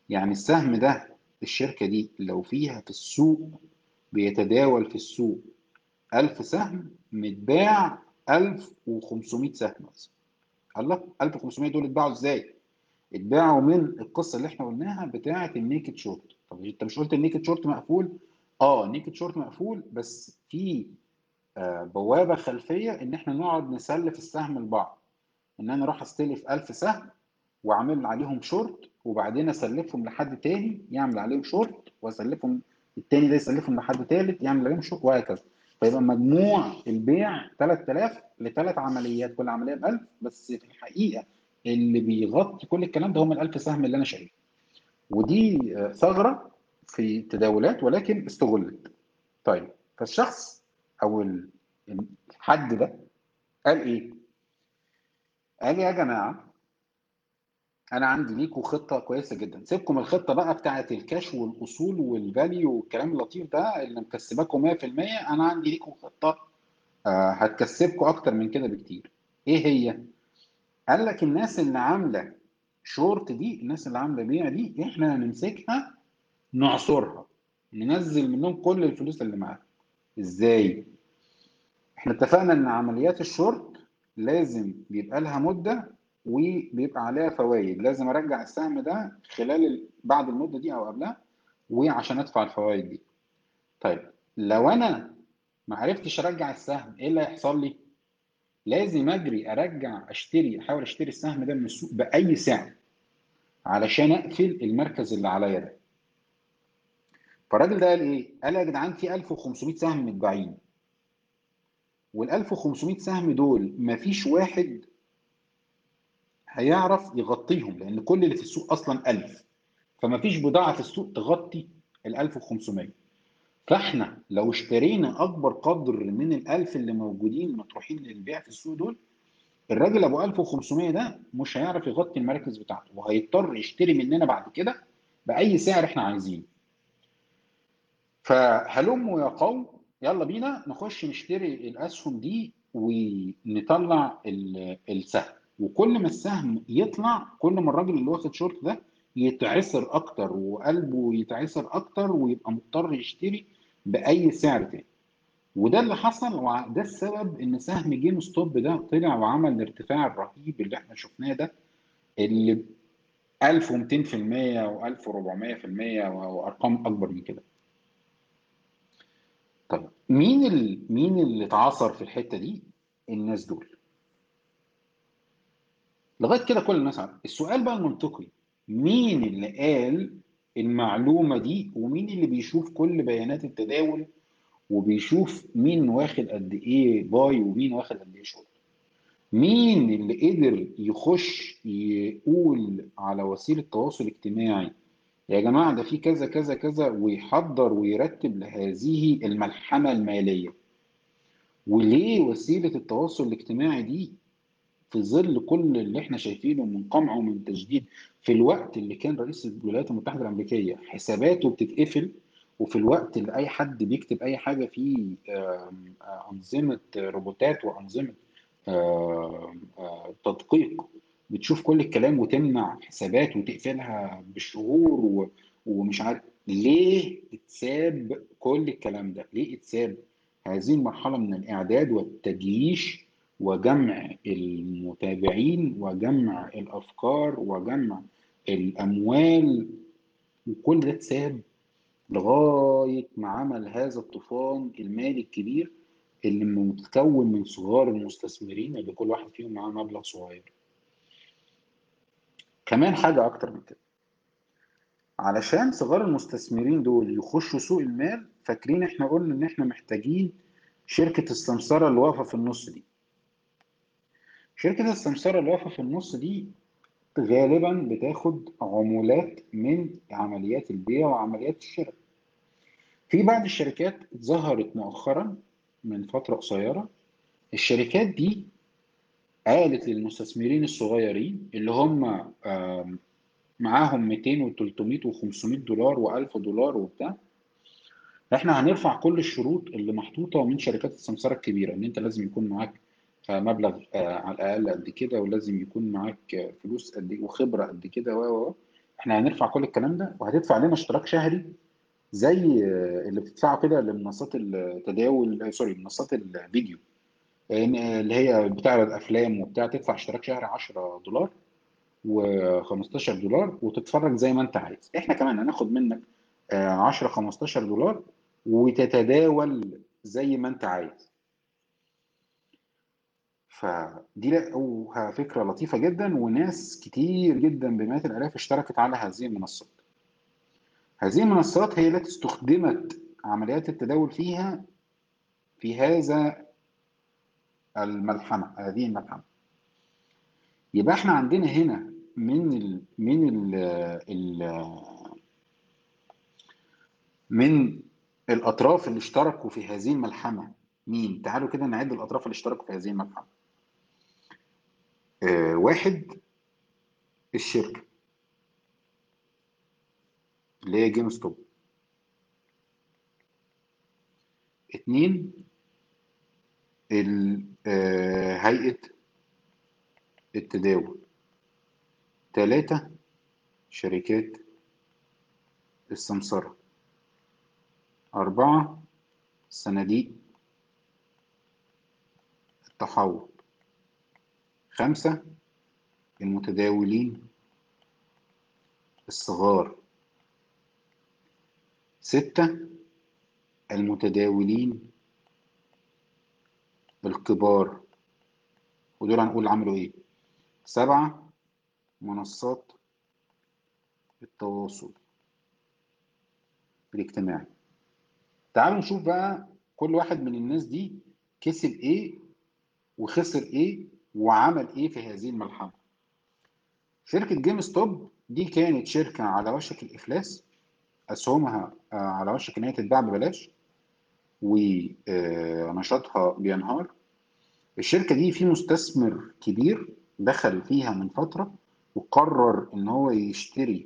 يعني السهم ده الشركة دي لو فيها في السوق بيتداول في السوق ألف سهم، متباع ألف وخمسمائة سهم مثلا. الله، ألف وخمسمائة دول اتباعوا ازاي؟ اتباعوا من القصه اللي احنا قلناها بتاعه النيكد شورت. طب انت مش قلت النيكد شورت مقفول؟ اه النيكد شورت مقفول، بس في آه بوابه خلفيه ان احنا نقعد نسلف السهم لبعض، ان انا اروح استلف ألف سهم واعمل عليهم شورت، وبعدين اسلفهم لحد تاني يعمل عليهم شورت، واسلفهم التاني ده يسلفهم لحد تالت يعمل عليهم شورت، وهكذا. فيبقى مجموع البيع ثلاثة آلاف لثلاث عمليات، كل عمليه ب ألف، بس في الحقيقه اللي بيغطي كل الكلام ده هم ال ألف سهم اللي انا شايفه. ودي آه، ثغره في التداولات ولكن استغلت. طيب، فالشخص او ال- الحد ده قال ايه؟ قال يا جماعه انا عندي ليكوا خطه كويسه جدا، سيبكم الخطه بقى بتاعه الكاش والاصول والفاليو والكلام اللطيف ده اللي مكسباكم مية في المية. انا عندي ليكوا خطه آه، هتكسبكم اكتر من كده بكتير. ايه هي؟ قال لك الناس اللي عامله شورت دي، الناس اللي عامله بيع دي، احنا هنمسكها نعصرها، ننزل منهم كل الفلوس اللي معاها. ازاي؟ احنا اتفقنا ان عمليات الشورت لازم بيبقى لها مده وبيبقى عليها فوائد، لازم ارجع السهم ده خلال ال- بعد المده دي او قبلها، وعشان ادفع الفوائد دي. طيب لو انا ما عرفتش ارجع السهم، ايه اللي هيحصل لي؟ لازم اجري ارجع اشتري، احاول اشتري السهم ده من السوق باي سعر علشان اقفل المركز اللي عليا ده. فالراجل ده قال ايه؟ قال يا جدعان في ألف وخمسمائة سهم متباعين، وال ألف وخمسمائة سهم دول مفيش واحد هيعرف يغطيهم، لان كل اللي في السوق اصلا ألف، فمفيش بضاعه في السوق تغطي ال ألف وخمسمائة. فاحنا لو اشترينا اكبر قدر من ال ألف اللي موجودين مطروحين للبيع في السوق دول، الراجل ابو ألف وخمسمائة ده مش هيعرف يغطي المراكز بتاعته، وهيضطر يشتري مننا بعد كده باي سعر احنا عايزينه. فهلموا يا قوم، يلا بينا نخش نشتري الاسهم دي ونطلع ال- السهم. وكل ما السهم يطلع، كل ما الراجل اللي واخد شورت ده يتعسر اكتر وقلبه يتعسر اكتر ويبقى مضطر يشتري باي سعر تاني. وده اللي حصل، وده السبب ان سهم جيم ستوب ده طلع وعمل الارتفاع الرهيب اللي احنا شفناه ده، اللي ألف ومئتين في المية و1400% وارقام اكبر من كده. طب مين ال... مين اللي اتعاصر في الحته دي؟ الناس دول. لغايه كده كل الناس عارفه. السؤال بقى المنطقي، مين اللي قال المعلومه دي؟ ومين اللي بيشوف كل بيانات التداول وبيشوف مين واخد قد ايه باي ومين واخد قد ايه شورت؟ مين اللي قدر يخش يقول على وسيله تواصل اجتماعي يا جماعه ده في كذا كذا كذا، ويحضر ويرتب لهذه الملحمه الماليه؟ وليه وسيلة التواصل الاجتماعي دي في ظل كل اللي احنا شايفينه من قمع ومن تجديد، في الوقت اللي كان رئيس الولايات المتحدة الأمريكية حساباته بتتقفل، وفي الوقت اللي أي حد بيكتب أي حاجة في آم، آه، أنظمة روبوتات وأنظمة آم، آه، تدقيق بتشوف كل الكلام وتمنع حسابات وتقفلها بالشهور و- ومش عارف ليه اتساب كل الكلام ده؟ ليه اتساب هذه المرحلة من الإعداد والتجييش وجمع المتابعين وجمع الافكار وجمع الاموال؟ وكل ده اتساب لغايه ما عمل هذا الطوفان المالي الكبير اللي متكون من صغار المستثمرين اللي كل واحد فيهم معاه مبلغ صغير. كمان حاجه اكتر من كده، علشان صغار المستثمرين دول يخشوا سوق المال، فاكرين احنا قلنا ان احنا محتاجين شركه السمسره اللي واقفه في النص دي. شركه السمسره اللي واقفه في النص دي غالبا بتاخد عمولات من عمليات البيع وعمليات الشراء. في بعض الشركات ظهرت مؤخرا من فترة قصيرة، الشركات دي قالت للمستثمرين الصغيرين اللي هم آم، معاهم مئتين و300 و500 دولار و1000 دولار وبتاع، احنا هنرفع كل الشروط اللي محطوطة من شركات السمسرة الكبيرة، ان انت لازم يكون معاك آه، مبلغ آه، على الاقل قد كده، ولازم يكون معاك آه، فلوس قد ايه وخبرة قد كده و و و. احنا هنرفع كل الكلام ده وهتدفع لنا اشتراك شهري زي اللي بتدفعه كده لمنصات التداول، سوري منصات الفيديو، يعني اللي هي بتعرض افلام وبتاع، تدفع اشتراك شهري عشرة دولار و15 دولار وتتفرج زي ما انت عايز. احنا كمان هناخد منك آه، عشرة خمستاشر دولار وتتداول زي ما انت عايز. فدي لا- فكرة لطيفة جدا، وناس كتير جدا بمئات الالاف اشتركت على هذه المنصات. هذه المنصات هي التي استخدمت عمليات التداول فيها في هذا الملحمة هذه الملحمة. يبقى احنا عندنا هنا من ال من ال ال من الأطراف اللي اشتركوا في هذه الملحمة مين؟ تعالوا كده نعد الأطراف اللي اشتركوا في هذه الملحمة. آه واحد، الشركة اللي هي جيم ستوب. اتنين، ال- آه هيئة التداول. تلاتة، شركات السمسرة. أربعة، صناديق التحول. خمسة، المتداولين الصغار. ستة، المتداولين الكبار، ودول هنقول عملوا ايه. سبعة، منصات التواصل الاجتماعي. تعالوا نشوف بقى كل واحد من الناس دي كسب ايه وخسر ايه وعمل ايه في هذه الملحمة. شركة جيم ستوب دي كانت شركة على وشك الإفلاس، أسهمها آه، على وشك إن هي تتباع ببلاش ونشاطها بينهار. الشركة دي في مستثمر كبير دخل فيها من فترة وقرر إن هو يشتري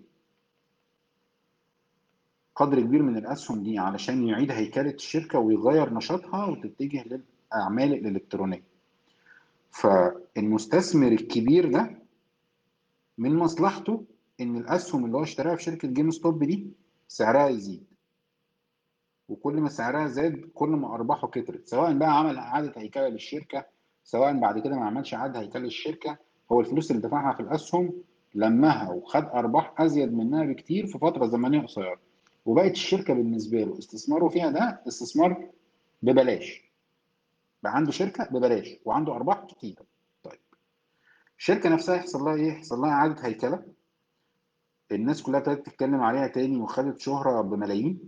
قدر كبير من الأسهم دي علشان يعيد هيكلة الشركة ويغير نشاطها وتتجه للأعمال الإلكترونية. فالمستثمر الكبير ده من مصلحته إن الأسهم اللي هو اشتراها في شركة جيم ستوب دي سعرها يزيد، وكل ما سعرها زاد كل ما أرباحه كترت، سواء بقى عمل إعادة هيكلة للشركة سواء بعد كده ما عملش إعادة هيكلة للشركة. هو الفلوس اللي دفعها في الأسهم لمها وخد أرباح أزيد منها بكتير في فترة زمنية قصيرة، وبقت الشركة بالنسبة له استثماره فيها ده استثمار ببلاش. بقى عنده شركة ببلاش وعنده أرباح كتير. طيب الشركة نفسها يحصل لها إيه؟ يحصل لها إعادة هيكلة، الناس كلها ابتدت تتكلم عليها تاني وخدت شهرة بملايين،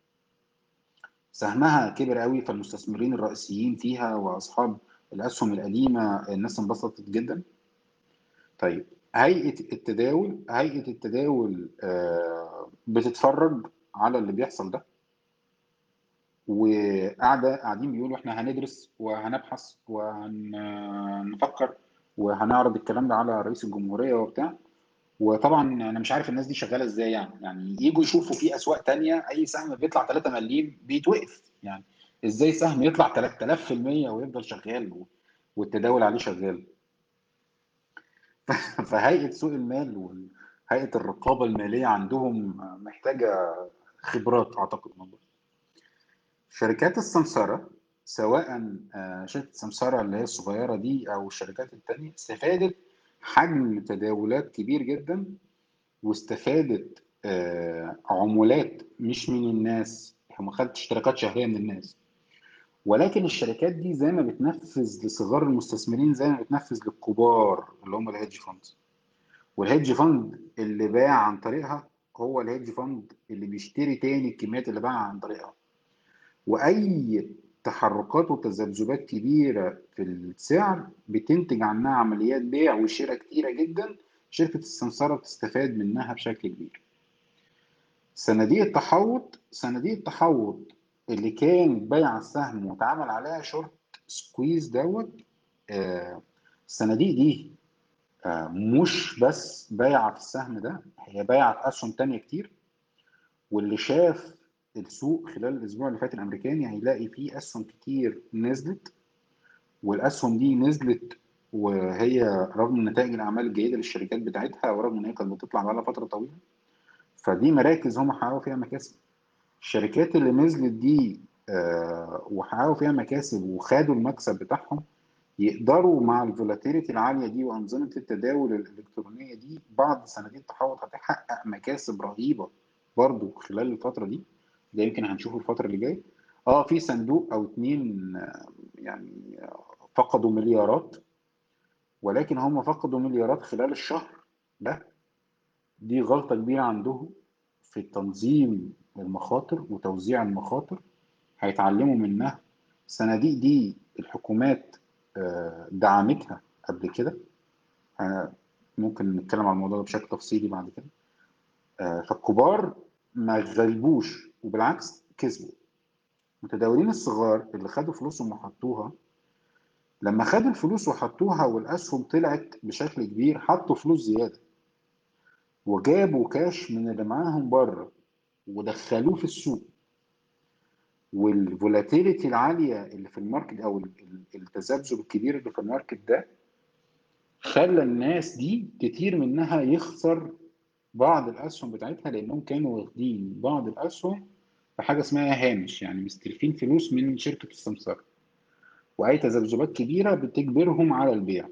سهمها كبر قوي، فالمستثمرين الرئيسيين فيها واصحاب الاسهم القديمه الناس انبسطت جدا. طيب هيئه التداول هيئه التداول آه، بتتفرج على اللي بيحصل ده، وقاعده قاعدين بيقولوا احنا هندرس وهنبحث وهنفكر وهنعرض الكلام ده على رئيس الجمهوريه وبتاع. وطبعا انا مش عارف الناس دي شغاله ازاي، يعني يعني يجوا يشوفوا في اسواق تانية اي سهم بيطلع ثلاثة مليم بيتوقف، يعني ازاي سهم يطلع ثلاثة آلاف في المية ويفضل شغال و- والتداول عليه شغال. فهيئه سوق المال وهيئه الرقابه الماليه عندهم محتاجه خبرات اعتقد من بره. شركات السمسره، سواء آه، شركه السمسره اللي هي الصغيره دي او الشركات التانية، استفادت حجم تداولات كبير جدا، واستفادت آه، عمولات مش من الناس، هي ما خدت اشتراكات شهريه من الناس، ولكن الشركات دي زي ما بتنفذ لصغار المستثمرين زي ما بتنفذ للكبار اللي هم الهيدج فاندز. والهيدج فاند اللي باع عن طريقها هو الهيدج فاند اللي بيشتري تاني الكميات اللي باع عن طريقها. واي تحركات وتذبذبات كبيره في السعر بتنتج عنها عمليات بيع وشراء كتيره جدا، شركه السمسره بتستفاد منها بشكل كبير. صناديق التحوط صناديق التحوط اللي كانت بايعه السهم واتعمل عليها شورت سكويز دوت. آه، الصناديق دي آه، مش بس بايعه في السهم ده، هي بايعه في اسهم تانية كتير. واللي شاف السوق خلال الاسبوع اللي فات الامريكاني هيلاقي فيه اسهم كتير نزلت، والاسهم دي نزلت وهي رغم نتائج الاعمال الجيده للشركات بتاعتها ورغم ان هي كانت بتطلع بقى لها فتره طويله، فدي مراكز هم حققوا فيها مكاسب. الشركات اللي نزلت دي آه، وحققوا فيها مكاسب وخدوا المكسب بتاعهم، يقدروا مع الفولاتيليتي العاليه دي وانظمه التداول الالكترونيه دي بعد سنتين تحول هتحقق مكاسب رهيبه برضو خلال الفتره دي. ده يمكن هنشوفه الفتره اللي جايه. اه في صندوق او اتنين آه، يعني آه، فقدوا مليارات، ولكن هم فقدوا مليارات خلال الشهر ده. دي غلطه كبيره عندهم في تنظيم المخاطر وتوزيع المخاطر، هيتعلموا منها. الصناديق دي الحكومات آه، دعمتها قبل كده. آه، ممكن نتكلم عن الموضوع ده بشكل تفصيلي بعد كده. آه، فالكبار ما غلبوش وبالعكس كسبوا. المتداولين الصغار اللي خدوا فلوسهم وحطوها، لما خدوا الفلوس وحطوها والاسهم طلعت بشكل كبير، حطوا فلوس زياده وجابوا كاش من اللي معاهم بره ودخلوه في السوق. والفولاتيليتي العاليه اللي في الماركت او ال- ال- التذبذب الكبير اللي في الماركت ده خلى الناس دي كتير منها يخسر بعض الاسهم بتاعتها، لانهم كانوا واخدين بعض الاسهم في حاجه اسمها هامش، يعني مستلفين فلوس من شركه السمسار، واي تذبذبات كبيره بتجبرهم على البيع.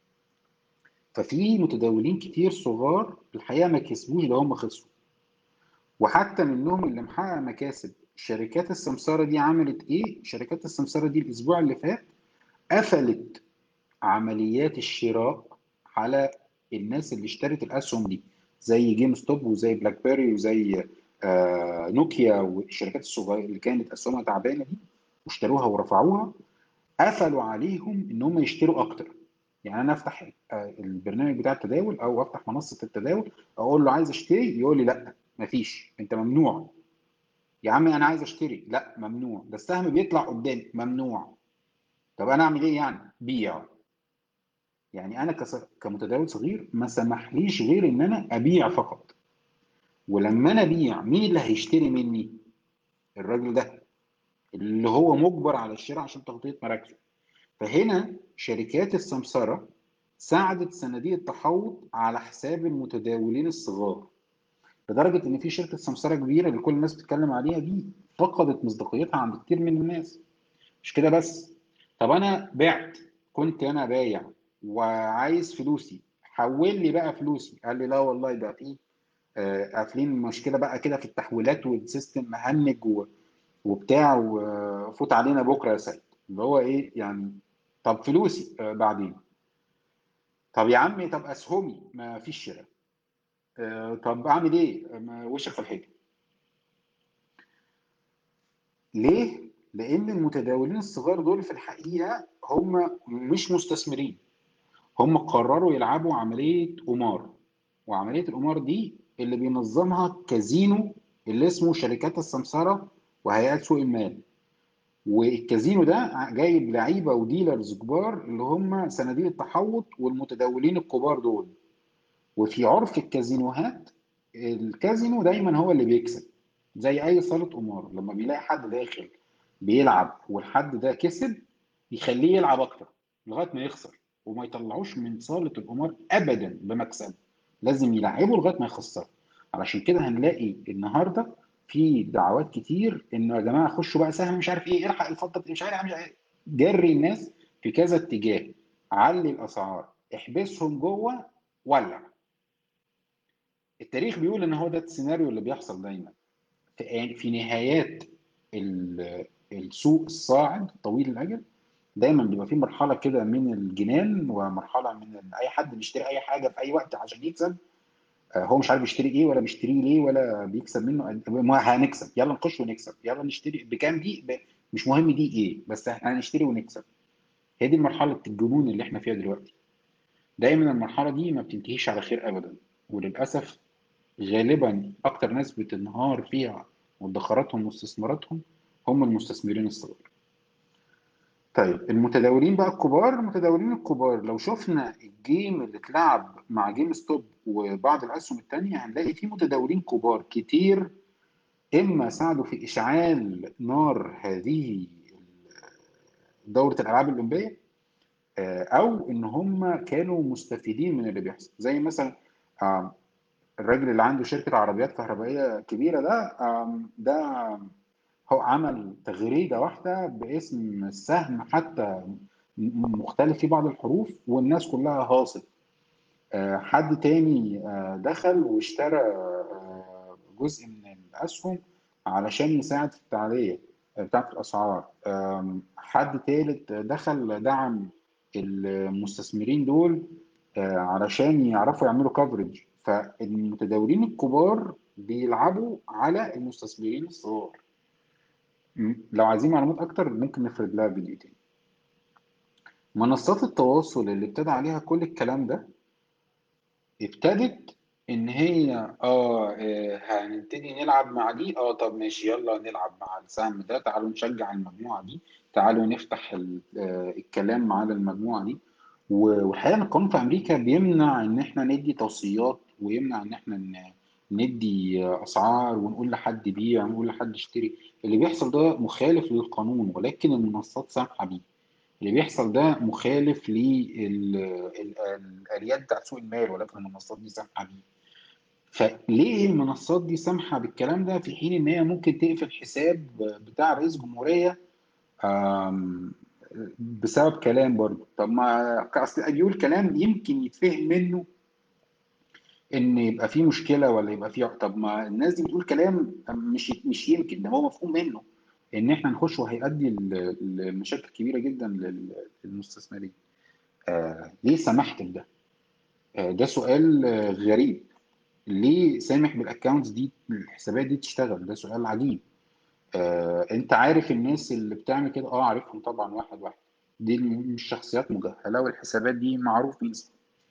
ففي متداولين كتير صغار الحقيقه ما كسبوش، ده هم خسروا. وحتى منهم اللي محقق مكاسب. شركات السمساره دي عملت ايه؟ شركات السمساره دي الاسبوع اللي فات قفلت عمليات الشراء على الناس اللي اشترت الاسهم دي، زي جيم ستوب وزي بلاك بيري وزي آه نوكيا والشركات الصغيره اللي كانت اسهمها تعبانه دي واشتروها ورفعوها. قفلوا عليهم ان هم يشتروا اكتر. يعني انا افتح آه، البرنامج بتاع التداول او افتح منصه التداول، اقول له عايز اشتري، يقول لي لا مفيش، انت ممنوع. يا عمي انا عايز اشتري، لا ممنوع، ده السهم بيطلع قدامي، ممنوع. طب انا اعمل ايه يعني؟ بيع. يعني انا كص- كمتداول صغير ما سمحليش غير ان انا ابيع فقط. ولما انا ابيع، مين اللي هيشتري مني؟ الراجل ده اللي هو مجبر على الشراء عشان تغطية مراكزه. فهنا شركات السمسرة ساعدت صناديق التحوط على حساب المتداولين الصغار، لدرجة ان في شركة سمسرة كبيرة اللي كل الناس بتتكلم عليها دي فقدت مصداقيتها عند كتير من الناس. مش كده بس، طب انا بعت، كنت انا بايع وعايز فلوسي، حول لي بقى فلوسي. قال لي لا والله ده في آه، قافلين مشكله بقى كده في التحويلات والسيستم مهنج و- وبتاع، وفوت علينا بكره يا سيد. اللي هو ايه يعني؟ طب فلوسي آه، بعدين. طب يا عمي، طب اسهمي ما فيش شراء. آه، طب اعمل ايه؟ ما وشك في الحيط. ليه؟ لان المتداولين الصغار دول في الحقيقه هم مش مستثمرين، هم قرروا يلعبوا عملية قمار. وعملية القمار دي اللي بينظمها كازينو اللي اسمه شركات السمسرة وهيئات سوق المال. والكازينو ده جايب لعيبة وديلرز كبار اللي هم صناديق التحوط والمتداولين الكبار دول. وفي عرف الكازينوهات، الكازينو دايما هو اللي بيكسب. زي اي صالة قمار، لما بيلاقي حد داخل بيلعب والحد ده كسب، يخليه يلعب اكتر لغايه ما يخسر، وما يطلعوش من صالة القمار ابدا بمكسب، لازم يلعبوا لغايه ما يخسر. علشان كده هنلاقي النهارده في دعوات كتير انه يا جماعه خشوا بقى سهم مش عارف ايه، الحق الفضه مش عارف مش عارف، جري الناس في كذا اتجاه، علي الاسعار، احبسهم جوه، ولع. التاريخ بيقول ان هو ده السيناريو اللي بيحصل دايما في يعني في نهايات ال- السوق الصاعد طويل الاجل. دايما بيبقى في مرحله كده من الجنان ومرحله من ال- اي حد بيشتري اي حاجه في اي وقت عشان يكسب. آه، هو مش عارف يشتري ايه ولا بيشتريه ليه ولا بيكسب منه قد- ما هنكسب، يلا نخش ونكسب، يلا نشتري بكام دي ب... مش مهم دي ايه، بس هنشتري ونكسب. هي دي مرحله الجنون اللي احنا فيها دلوقتي. دايما المرحله دي ما بتنتهيش على خير ابدا. وللاسف غالبا اكتر ناس بتنهار فيها مدخراتهم واستثماراتهم هم المستثمرين الصغار. طيب المتداولين بقى الكبار، المتداولين الكبار لو شفنا الجيم اللي اتلعب مع جيم ستوب وبعض الاسهم التانية، هنلاقي في متداولين كبار كتير اما ساعدوا في اشعال نار هذه دورة الالعاب الاولمبية، آه، او ان هم كانوا مستفيدين من اللي بيحصل. زي مثلا آم، الراجل اللي عنده شركه عربيات كهربائيه كبيره ده، آم، ده هو عمل تغريده واحده باسم السهم، حتى م- مختلف في بعض الحروف، والناس كلها هاصت. آه، حد تاني آه، دخل واشترى آه، جزء من الأسهم علشان يساعد في التعلية آه، بتاعة الأسعار. آم، حد تالت دخل دعم المستثمرين دول آه، علشان يعرفوا يعملوا كفرج. فالمتداولين الكبار بيلعبوا على المستثمرين الصغار. م- لو عايزين معلومات أكتر ممكن نفرد لها فيديو تاني. منصات التواصل اللي ابتدى عليها كل الكلام ده ابتدت ان هي اه آه، هنبتدي نلعب مع دي. اه طب ماشي، يلا نلعب مع السهم ده، تعالوا نشجع المجموعة دي، تعالوا نفتح ال- آه، الكلام على المجموعة دي. و- والحقيقة ان القانون في امريكا بيمنع ان احنا ندي توصيات، ويمنع ان احنا ن- ندي آه، اسعار ونقول لحد بيع ونقول لحد اشتري. اللي بيحصل ده مخالف للقانون، ولكن المنصات سامحة بيه. اللي بيحصل ده مخالف للآليات بتاعت سوق المال، ولكن المنصات دي سامحة بيه. فليه المنصات دي سامحة بالكلام ده في حين ان هي ممكن تقفل حساب بتاع رئيس جمهورية آم، بسبب كلام برضه؟ طب ما اصل بيقول كلام يمكن يتفهم منه ان يبقى في مشكله، ولا يبقى في، طب ما الناس دي بتقول كلام مش مش يمكن ده هو مفهوم منه ان احنا نخش، وهيؤدي ل- لمشاكل كبيره جدا لل- للمستثمرين. آه ليه سمحت بده؟ آه ده سؤال آه غريب. ليه سامح بالاكونتس دي، الحسابات دي تشتغل؟ ده سؤال عجيب. آه انت عارف الناس اللي بتعمل كده؟ اه عارفهم طبعا، واحد واحد. دي مش شخصيات مجهله، والحسابات دي معروف مين.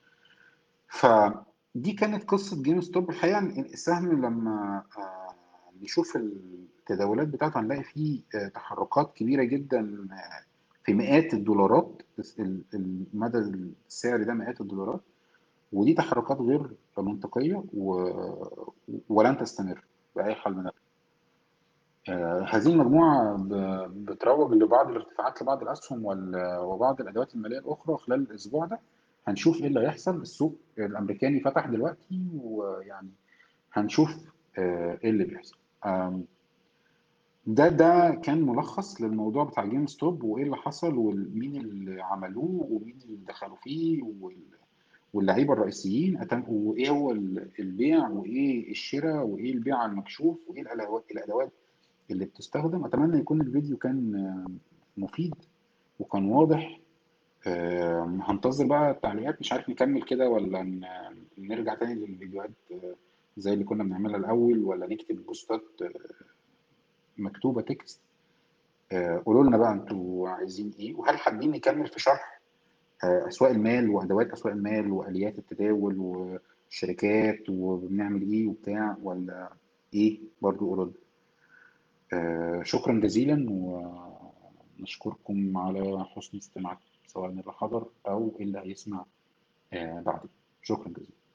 فدي كانت قصة جيم ستوب. الحقيقة إن السهم لما آه، نشوف التداولات بتاعته هنلاقي فيه آه، تحركات كبيرة جدا آه، في مئات الدولارات. بس ال- المدى السعري ده مئات الدولارات. ودي تحركات غير منطقية و- ولن تستمر بأي حال من الأحوال. آه، هذه المجموعة ب- بتروج لبعض الارتفاعات لبعض الأسهم وال- وبعض الأدوات المالية الأخرى خلال الأسبوع ده. هنشوف إيه اللي هيحصل. السوق الأمريكاني فتح دلوقتي، ويعني هنشوف آه، إيه اللي بيحصل. آم، ده ده كان ملخص للموضوع بتاع جيم ستوب، وإيه اللي حصل، ومين اللي عملوه، ومين اللي دخلوا فيه، وال- واللعيبة الرئيسيين، أتم- وإيه هو ال- البيع، وإيه الشراء، وإيه البيع على المكشوف، وإيه الأدوات الأدوات اللي بتستخدم. أتمنى يكون الفيديو كان آه، مفيد وكان واضح. آه، هنتظر بقى التعليقات. مش عارف نكمل كده ولا ن- نرجع تاني للفيديوهات آه، زي اللي كنا بنعملها الأول، ولا نكتب بوستات آه، مكتوبة تكست. آه، قولوا لنا بقى انتوا عايزين ايه، وهل حابين نكمل في شرح آه، أسواق المال وأدوات أسواق المال وآليات التداول والشركات وبنعمل ايه وبتاع، ولا ايه؟ برضو قولوا لنا. آه، شكرا جزيلا، ونشكركم على حسن استماعكم، سواء اللي حضر أو اللي هيسمع آه، بعدين. شكرا جزيلا.